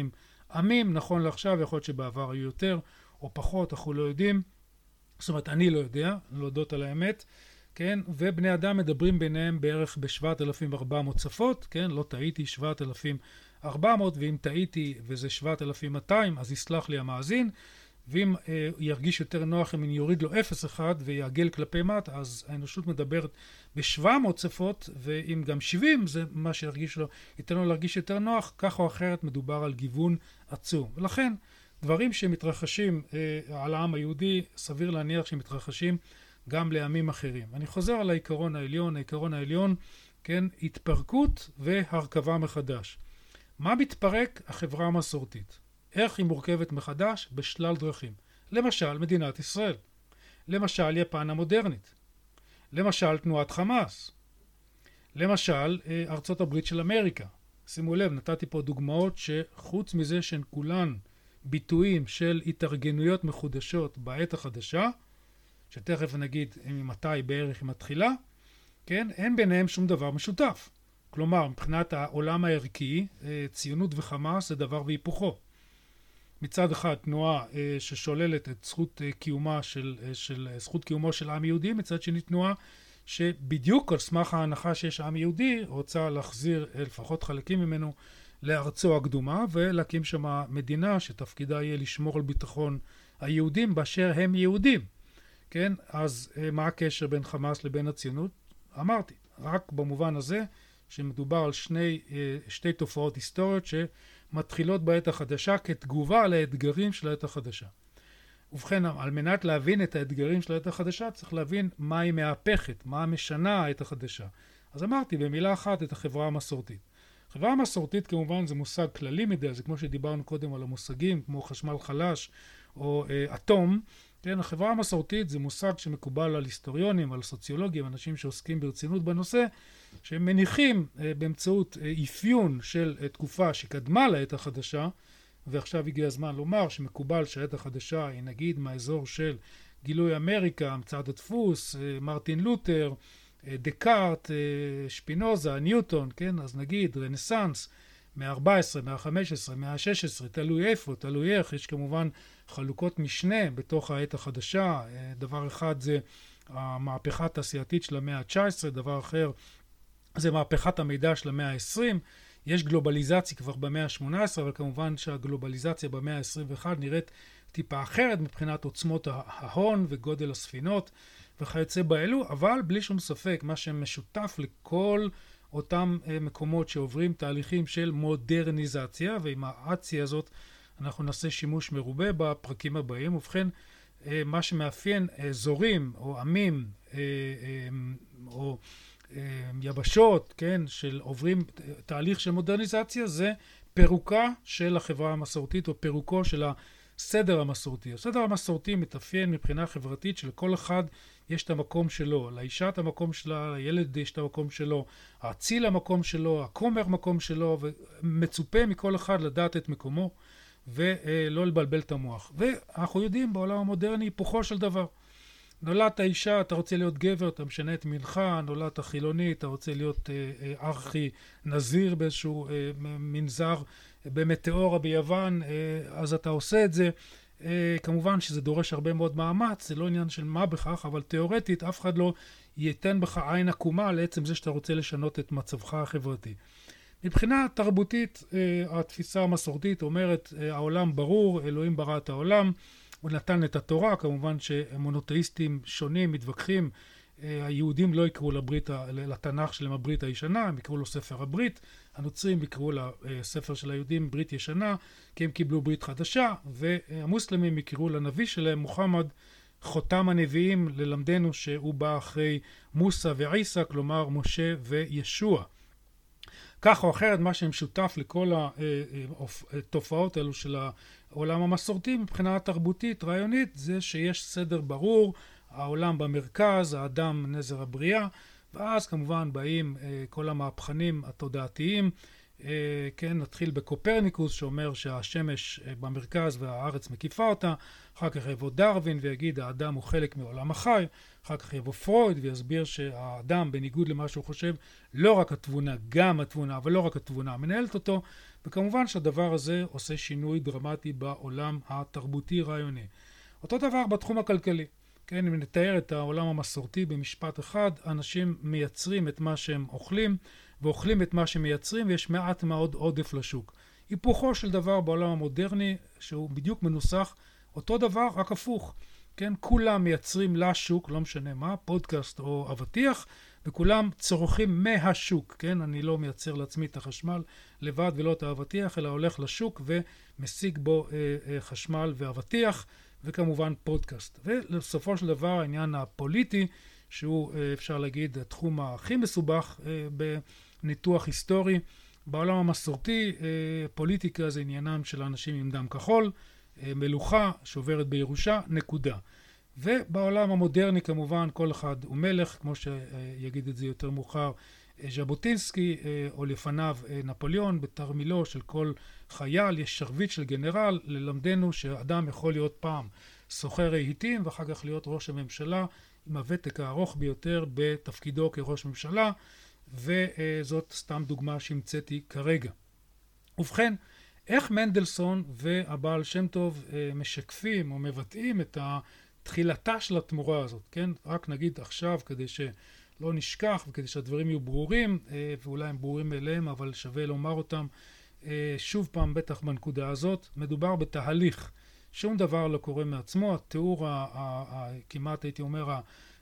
עמים, נכון לעכשיו, יכול להיות שבעבר היו יותר או פחות, אנחנו לא יודעים. זאת אומרת, אני לא יודע, להודות על האמת, כן? ובני אדם מדברים ביניהם בערך ב-7,400 שפות, כן? לא טעיתי, 7,400, ואם טעיתי וזה 7,200, אז יסלח לי המאזין, ואם ירגיש יותר נוח אם אני יוריד לו 0-1 ויעגל כלפי מטה, אז האנושות מדברת ב-700 שפות, ואם גם 70 זה מה שירגיש לו, ייתן לו להרגיש יותר נוח, כך או אחרת מדובר על גיוון עצום. ולכן, דברים שמתרחשים על העם היהודי, סביר להניח שמתרחשים גם לעמים אחרים. אני חוזר על העיקרון העליון, כן, התפרקות והרכבה מחדש. מה מתפרק? החברה המסורתית. איך היא מורכבת מחדש? בשלל דרכים. למשל, מדינת ישראל. למשל, יפן המודרנית. למשל, תנועת חמאס. למשל, ארצות הברית של אמריקה. שימו לב, נתתי פה דוגמאות שחוץ מזה שהן כולן ביטויים של התארגנויות מחודשות בעת החדשה, שתכף נגיד ממתי בערך היא מתחילה, כן? אין ביניהם שום דבר משותף. כלומר, מבחינת העולם הערכי, ציונות וחמאס זה דבר והיפוכו. מצד אחד תנועה ששוללת את זכות קיומו של עם יהודי, מצד שני תנועה שבדיוק על סמך ההנחה שיש עם יהודי רוצה להחזיר לפחות חלקים ממנו לארצו הקדומה ולהקים שם מדינה שתפקידה יהיה לשמור על ביטחון היהודים באשר הם יהודים. כן? אז מה הקשר בין חמאס לבין הציונות? אמרתי, רק במובן הזה שמדובר על שתי תופעות היסטוריות שמתחילות בעת החדשה כתגובה לאתגרים של העת החדשה. ובכן, על מנת להבין את האתגרים של העת החדשה צריך להבין מה היא מהפכת, מה משנה העת החדשה. אז אמרתי במילה אחת את החברה המסורתית. החברה המסורתית כמובן זה מושג כללי מדי, זה כמו שדיברנו קודם על המושגים כמו חשמל חלש או אטום. כן, החברה המסורתית זה מושג שמקובל על היסטוריונים, על סוציולוגים, אנשים שעוסקים ברצינות בנושא, שהם מניחים באמצעות אפיון של תקופה שקדמה לעת החדשה, ועכשיו הגיע הזמן לומר שמקובל שהעת החדשה היא נגיד מהאזור של גילוי אמריקה, המצאת הדפוס, מרטין לותר, דקארט, שפינוזה, ניוטון, כן, אז נגיד רנסנס, מאה ה-14, מאה ה-15, מאה ה-16, תלוי איפה, תלוי איך, יש כמובן חלוקות משנה בתוך העת החדשה, דבר אחד זה המהפכה התעשייתית של המאה ה-19, דבר אחר זה מהפכת המידע של המאה ה-20, יש גלובליזציה כבר במאה ה-18, אבל כמובן שהגלובליזציה במאה ה-21 נראית טיפה אחרת מבחינת עוצמות ההון וגודל הספינות וכיוצא באלו, אבל בלי שום ספק מה שמשותף לכל אותם מקומות שעוברים תהליכים של מודרניזציה, ועם האציה הזאת אנחנו נעשה שימוש מרובה בפרקים הבאים. ובכן, מה שמאפיין אזורים או עמים או יבשות, כן, של עוברים תהליך של מודרניזציה, זה פירוקה של החברה המסורתית או פירוקו של הסדר המסורתי. הסדר המסורתי מתאפיין מבחינה חברתית שלכל אחד יש את המקום שלו, לאישה את המקום שלה, לילד יש את המקום שלו, האציל המקום שלו, הכומר מקום שלו, ומצופה מכל אחד לדעת את מקומו ולא לבלבל את המוח. ואנחנו יודעים בעולם המודרני היפוכו של דבר. נולדת האישה, אתה רוצה להיות גבר, אתה משנה את מינך, נולדת החילוני, אתה רוצה להיות ארכי נזיר באיזשהו מנזר במטאורה ביוון, אז אתה עושה את זה. כמובן שזה דורש הרבה מאוד מאמץ, זה לא עניין של מה בכך, אבל תיאורטית אף אחד לא ייתן בך עין עקומה לעצם זה שאתה רוצה לשנות את מצבך החברתי. מבחינה תרבותית, התפיסה המסורתית אומרת, העולם ברור, אלוהים ברא את העולם, הוא נתן את התורה, כמובן שמונותאיסטים שונים מתווכחים, היהודים לא יקראו לתנ"ך שלהם הברית הישנה, הם יקראו לו ספר הברית, הנוצרים יקראו לספר של היהודים ברית ישנה, כי הם קיבלו ברית חדשה, והמוסלמים יקראו לנביא שלהם מוחמד, חותם הנביאים, ללמדנו שהוא בא אחרי מוסא ועיסא, כלומר משה וישוע. כך או אחרת, מה שמשותף לכל התופעות האלו של העולם המסורתי מבחינה תרבותית, רעיונית, זה שיש סדר ברור, העולם במרכז, האדם נזר הבריאה, ואז כמובן באים כל המהפכנים התודעתיים כן, נתחיל בקופרניקוס שאומר שהשמש במרכז והארץ מקיפה אותה, אחר כך יבוא דרווין ויגיד האדם הוא חלק מעולם החי, אחר כך יבוא פרויד ויסביר שהאדם בניגוד למה שהוא חושב, לא רק התבונה, גם התבונה, אבל לא רק התבונה מנהלת אותו, וכמובן שהדבר הזה עושה שינוי דרמטי בעולם התרבותי רעיוני. אותו דבר בתחום הכלכלי. כן, אם נתאר את העולם המסורתי במשפט אחד, אנשים מייצרים את מה שהם אוכלים, ואוכלים את מה שמייצרים, ויש מעט מאוד עודף לשוק. היפוכו של דבר בעולם המודרני, שהוא בדיוק מנוסח, אותו דבר, רק הפוך. כן, כולם מייצרים לשוק, לא משנה מה, פודקאסט או אבטיח, וכולם צורכים מהשוק. כן, אני לא מייצר לעצמי את החשמל לבד ולא את האבטיח, אלא הולך לשוק ומשיג בו חשמל ואבטיח, וכמובן פודקאסט. ולסופו של דבר העניין הפוליטי, שהוא אפשר להגיד התחום הכי מסובך בניתוח היסטורי. בעולם המסורתי פוליטיקה זה עניינם של אנשים עם דם כחול, מלוכה שעוברת בירושה, נקודה. ובעולם המודרני כמובן כל אחד הוא מלך, כמו שיגיד את זה יותר מאוחר ז'בוטינסקי, או לפניו נפוליאון, בתרמילו של כל חייל יש שרביט של גנרל, ללמדנו שאדם יכול להיות פעם סוחר רהיטים ואחר כך להיות ראש הממשלה עם הוותק הארוך ביותר בתפקידו כראש ממשלה, וזאת סתם דוגמה שהמצאתי כרגע. ובכן, איך מנדלסון והבעל שם טוב משקפים או מבטאים את תחילתה של התמורה הזאת, כן? רק נגיד עכשיו כדי שלא נשכח וכדי שהדברים יהיו ברורים, ואולי הם ברורים אליהם, אבל שווה לומר אותם שוב פעם בטח בנקודה הזאת. מדובר בתהליך, שום דבר לא קורה מעצמו, התיאור כמעט הייתי אומר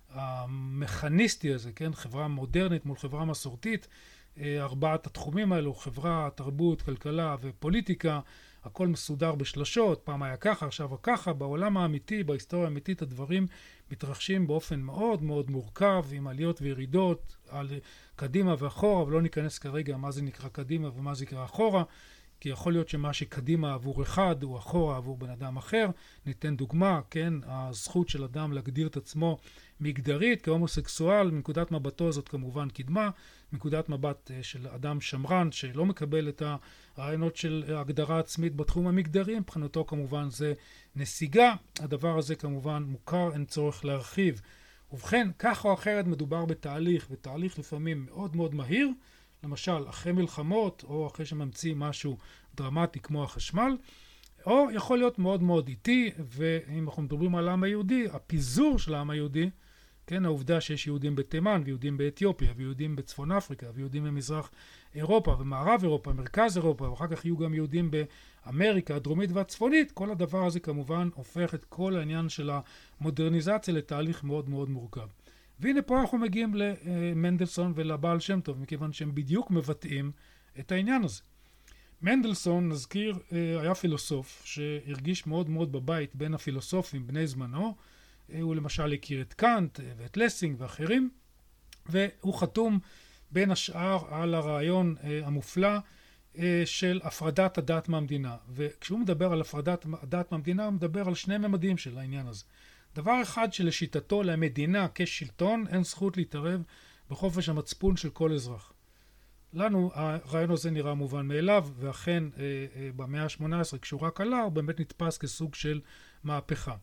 המכניסטי הזה, כן? חברה מודרנית מול חברה מסורתית, ארבעת התחומים האלו, חברה, תרבות, כלכלה ופוליטיקה, הכל מסודר בשלשות, פעם היה ככה, עכשיו ככה. בעולם האמיתי, בהיסטוריה האמיתית, הדברים מתרחשים באופן מאוד מאוד מורכב, עם עליות וירידות, על קדימה ואחורה, ולא ניכנס כרגע מה זה נקרא קדימה ומה זה נקרא אחורה, כי יכול להיות שמה שקדימה עבור אחד הוא אחורה עבור בן אדם אחר. ניתן דוגמה, כן, הזכות של אדם להגדיר את עצמו מגדרית כהומוסקסואל, מנקודת מבטו זאת כמובן קדמה, מנקודת מבט של אדם שמרן שלא מקבל את הרעיונות של הגדרה עצמית בתחום המגדרי, מבחינתו כמובן זה נסיגה. הדבר הזה כמובן מוכר, אין צורך להרחיב. ובכן, כך או אחרת מדובר בתהליך, ותהליך לפעמים מאוד מאוד מהיר, למשל אחרי מלחמות או אחרי שממציא משהו דרמטי כמו החשמל, או יכול להיות מאוד מאוד איטי. ואם אנחנו מדברים על העם היהודי, הפיזור של העם היהודי, כן, העובדה שיש יהודים בתימן ויהודים באתיופיה ויהודים בצפון אפריקה ויהודים במזרח אירופה ומערב אירופה, מרכז אירופה, ואחר כך יהיו גם יהודים באמריקה הדרומית והצפונית, כל הדבר הזה כמובן הופך את כל העניין של המודרניזציה לתהליך מאוד מאוד מורכב. והנה פה אנחנו מגיעים למנדלסון ולבעל שם טוב, מכיוון שהם בדיוק מבטאים את העניין הזה. מנדלסון, נזכיר, היה פילוסוף שהרגיש מאוד מאוד בבית בין הפילוסופים בני זמנו. הוא למשל הכיר את קאנט ואת לסינג ואחרים, והוא חתום בין השאר על הרעיון המופלא של הפרדת הדת מהמדינה. וכשהוא מדבר על הפרדת הדת מהמדינה, הוא מדבר על שני ממדים של העניין הזה. דבר אחד, שלשיטתו למדינה כשלטון אין זכות להתערב בחופש המצפון של כל אזרח. לנו הרעיון הזה נראה מובן מאליו, ואכן במאה ה-18 כשהוא רק עלה, הוא באמת נתפס כסוג של מהפכה.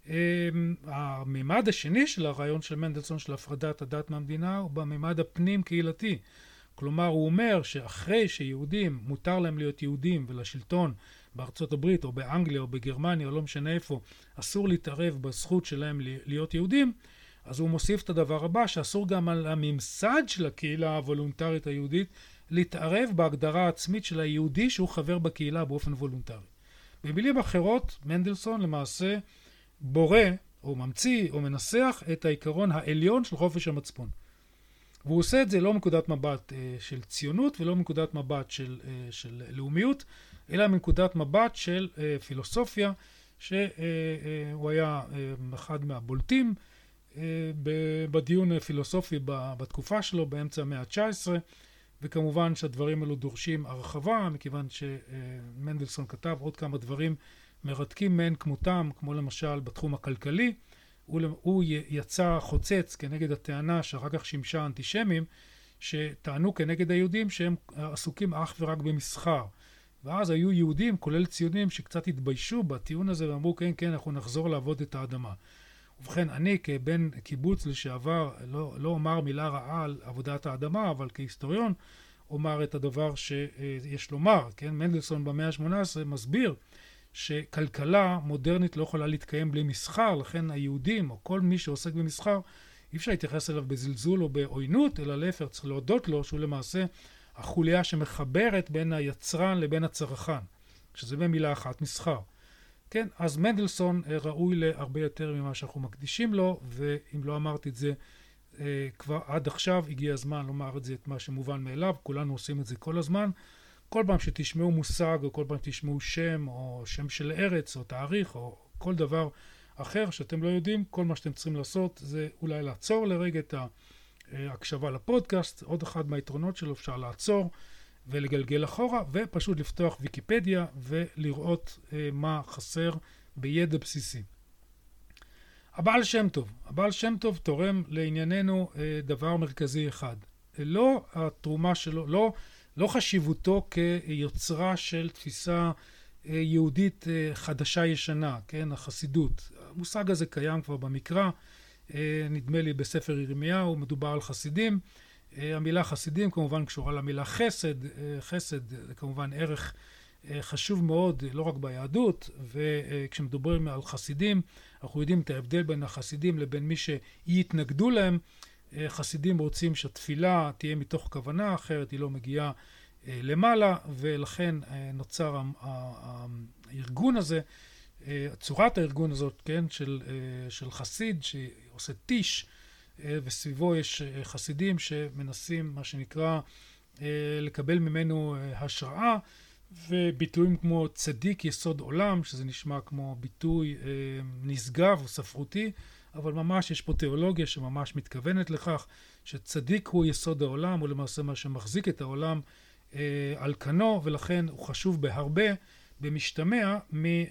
הממד השני של הרעיון של מנדלסון של הפרדת הדת מהמדינה הוא בממד הפנים קהילתי. כלומר, הוא אומר שאחרי שיהודים מותר להם להיות יהודים ולשלטון בארצות הברית או באנגליה או בגרמניה או לא משנה איפה, אסור להתערב בזכות שלהם להיות יהודים, אז הוא מוסיף את הדבר הבא, שאסור גם על הממסד של הקהילה הוולונטרית היהודית להתערב בהגדרה העצמית של היהודי שהוא חבר בקהילה באופן וולונטרי. במילים אחרות, מנדלסון למעשה בורא או ממציא או מנסח את העיקרון העליון של חופש המצפון. והוא עושה את זה לא מנקודת מבט של ציונות ולא מנקודת מבט של לאומיות, אלא מנקודת מבט של פילוסופיה, שהוא היה אחד מהבולטים בדיון פילוסופי בתקופה שלו באמצע המאה ה-19, וכמובן שהדברים האלו דורשים הרחבה, מכיוון שמנדלסון כתב עוד כמה דברים מרתקים מעין כמותם, כמו למשל בתחום הכלכלי. הוא יצא חוצץ כנגד הטענה שאחר כך שימשה אנטישמים, שטענו כנגד היהודים שהם עסוקים אך ורק במסחר. ואז היו יהודים, כולל ציונים, שקצת התביישו בטיעון הזה ואמרו, כן, כן, אנחנו נחזור לעבוד את האדמה. ובכן, אני כבן קיבוץ לשעבר לא אומר מילה רעה על עבודת האדמה, אבל כהיסטוריון אומר את הדבר שיש לומר. כן? מנדלסון במאה ה-18 מסביר שכלכלה מודרנית לא יכולה להתקיים בלי מסחר, לכן היהודים או כל מי שעוסק במסחר, אי אפשר להתייחס אליו בזלזול או בעוינות, אלא להפך, צריך להודות לו שהוא למעשה החוליה שמחברת בין היצרן לבין הצרכן, שזה במילה אחת, מסחר. כן, אז מנדלסון ראוי להרבה יותר ממה שאנחנו מקדישים לו, ואם לא אמרתי את זה, כבר עד עכשיו הגיע הזמן לומר את זה, את מה שמובן מאליו, כולנו עושים את זה כל הזמן. כל פעם שתשמעו מושג, או כל פעם תשמעו שם, או שם של ארץ, או תאריך, או כל דבר אחר שאתם לא יודעים, כל מה שאתם צריכים לעשות זה אולי לעצור לרגע את ההקשבה לפודקאסט. עוד אחד מהיתרונות שלו, אפשר לעצור ולגלגל אחורה, ופשוט לפתוח ויקיפדיה ולראות מה חסר בידע בסיסי. הבעל שם טוב. הבעל שם טוב תורם לענייננו דבר מרכזי אחד. לא התרומה שלו, לא חשיבותו כיוצרה של תפיסה יהודית חדשה ישנה, כן? החסידות. המושג הזה קיים כבר במקרא, נדמה לי בספר ירמיהו, מדובר על חסידים. המילה חסידים כמובן קשורה למילה חסד. חסד זה כמובן ערך חשוב מאוד, לא רק ביהדות, וכשמדברים על חסידים, אנחנו יודעים את ההבדל בין החסידים לבין מי שיתנגדו להם. חסידים רוצים שהתפילה תהיה מתוך כוונה, אחרת היא לא מגיעה למעלה, ולכן נוצר הארגון הזה, צורת הארגון הזאת, כן, של חסיד שעושה טיש, וסביבו יש חסידים שמנסים מה שנקרא לקבל ממנו השראה, וביטויים כמו צדיק יסוד עולם, שזה נשמע כמו ביטוי נשגב או ספרותי, אבל ממש יש פה תיאולוגיה שממש מתכוונת לכך שצדיק הוא יסוד העולם, הוא למעשה מה שמחזיק את העולם על כנו, ולכן הוא חשוב בהרבה במשתמע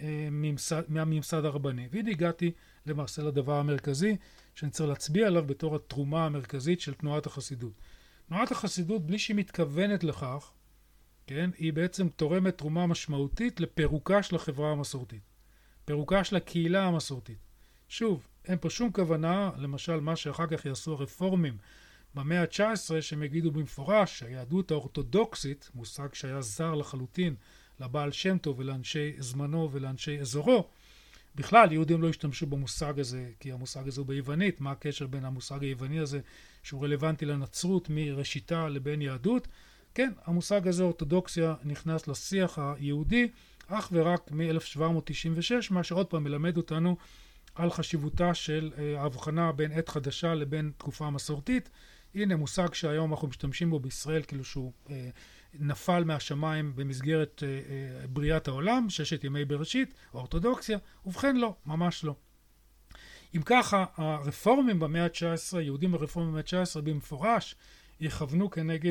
מהממסד הרבני. והנה הגעתי למעשה לדבר המרכזי שאני צריך להצביע עליו בתור התרומה המרכזית של תנועת החסידות. תנועת החסידות, בלי שהיא מתכוונת לכך, כן, היא בעצם תורמת תרומה משמעותית לפירוקה של החברה המסורתית, פירוקה של הקהילה המסורתית. שוב, אין פה שום כוונה, למשל מה שאחר כך יעשו הרפורמים במאה ה-19, שהם יגידו במפורש שהיהדות האורתודוקסית, מושג שהיה זר לחלוטין לבעל שם טוב ולאנשי זמנו ולאנשי אזורו, בכלל יהודים לא השתמשו במושג הזה, כי המושג הזה הוא ביוונית. מה הקשר בין המושג היווני הזה שהוא רלוונטי לנצרות מראשיתה לבין יהדות? כן, המושג הזה אורתודוקסיה נכנס לשיח היהודי אך ורק מ-1796, מה שעוד פעם מלמד אותנו על חשיבותה של ההבחנה בין עת חדשה לבין תקופה מסורתית. הנה מושג שהיום אנחנו משתמשים בו בישראל כאילו שהוא נפל מהשמיים במסגרת בריאת העולם, ששת ימי בראשית, אורתודוקסיה. ובכן לא, ממש לא. אם ככה, הרפורמים במאה ה-19, יהודים הרפורמים במאה ה-19 במפורש, יכוונו כנגד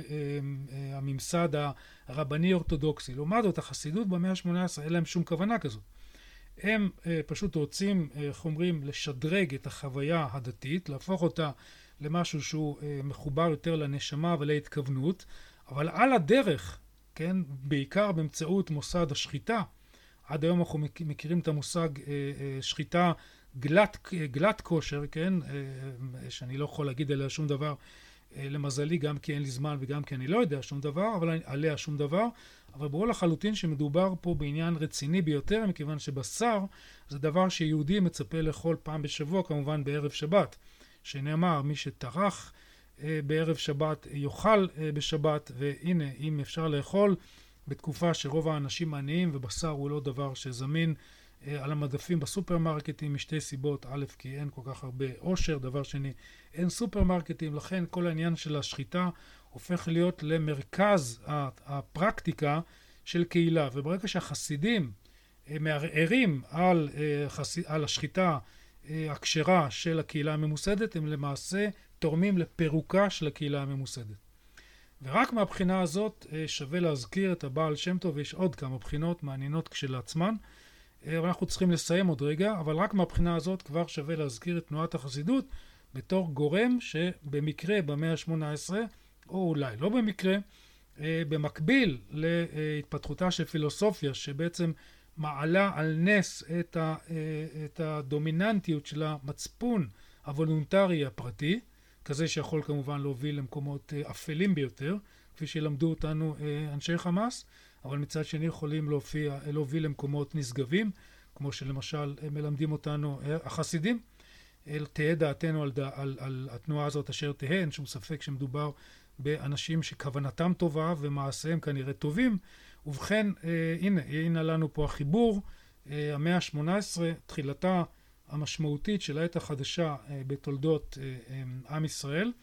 הממסד הרבני אורתודוקסי. לעומת זאת, החסידות במאה ה-18 אין להם שום כוונה כזאת. הם פשוט רוצים, איך אומרים, לשדרג את החוויה הדתית, להפוך אותה למשהו שהוא מחובר יותר לנשמה ולהתכוונות, אבל על הדרך, כן, בעיקר באמצעות מוסד השחיטה. עד היום אנחנו מכירים את המושג שחיטה גלת כושר, כן, שאני לא יכול להגיד עליה שום דבר, למזלי, גם כי אין לי זמן וגם כי אני לא יודע שום דבר, אבל עליה שום דבר. אבל ברור לחלוטין שמדובר פה בעניין רציני ביותר, מכיוון שבשר זה דבר שיהודי מצפה לאכול פעם בשבוע, כמובן בערב שבת, שנאמר מי שטרח בערב שבת יאכל בשבת. והנה, אם אפשר לאכול בתקופה שרוב האנשים עניים ובשר הוא לא דבר שזמין על המדפים בסופרמרקטים, משתי סיבות: א', כי אין כל כך הרבה עושר, דבר שני, אין סופרמרקטים, לכן כל העניין של השחיטה הופך להיות למרכז הפרקטיקה של קהילה. וברגע שהחסידים מערערים על השחיטה הכשרה של הקהילה הממוסדת, הם למעשה תורמים לפירוקה של הקהילה הממוסדת. ורק מהבחינה הזאת שווה להזכיר את הבעל שם טוב, ויש עוד כמה בחינות מעניינות כשלעצמן, אבל אנחנו צריכים לסיים עוד רגע, אבל רק מהבחינה הזאת כבר שווה להזכיר את תנועת החסידות, בתור גורם שבמקרה במאה ה-18, או אולי לא במקרה, במקביל להתפתחותה של פילוסופיה שבעצם מעלה על נס את הדומיננטיות של המצפון הוולונטרי הפרטי, כזה שיכול כמובן להוביל למקומות אפלים ביותר, כפי שלמדו אותנו אנשי חמאס, אבל מצד שני יכולים להוביל למקומות נשגבים, כמו שלמשל מלמדים אותנו החסידים. תהא דעתנו על התנועה הזאת אשר תהא, אין שום ספק שמדובר באנשים שכוונתם טובה ומעשיהם כנראה טובים. ובכן, הנה לנו פה החיבור, המאה ה-18, תחילתה המשמעותית של העת החדשה בתולדות עם ישראל.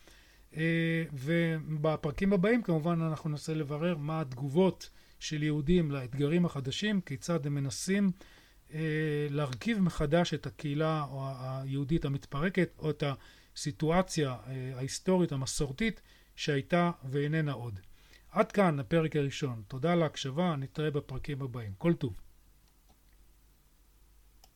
ובפרקים הבאים כמובן אנחנו ננסה לברר מה התגובות של יהודים לאתגרים החדשים, כיצד הם מנסים להרכיב מחדש את הקהילה היהודית המתפרקת, או את הסיטואציה ההיסטורית המסורתית שהייתה ואיננה עוד. עד כאן הפרק הראשון. תודה על ההקשבה, נתראה בפרקים הבאים. כל טוב.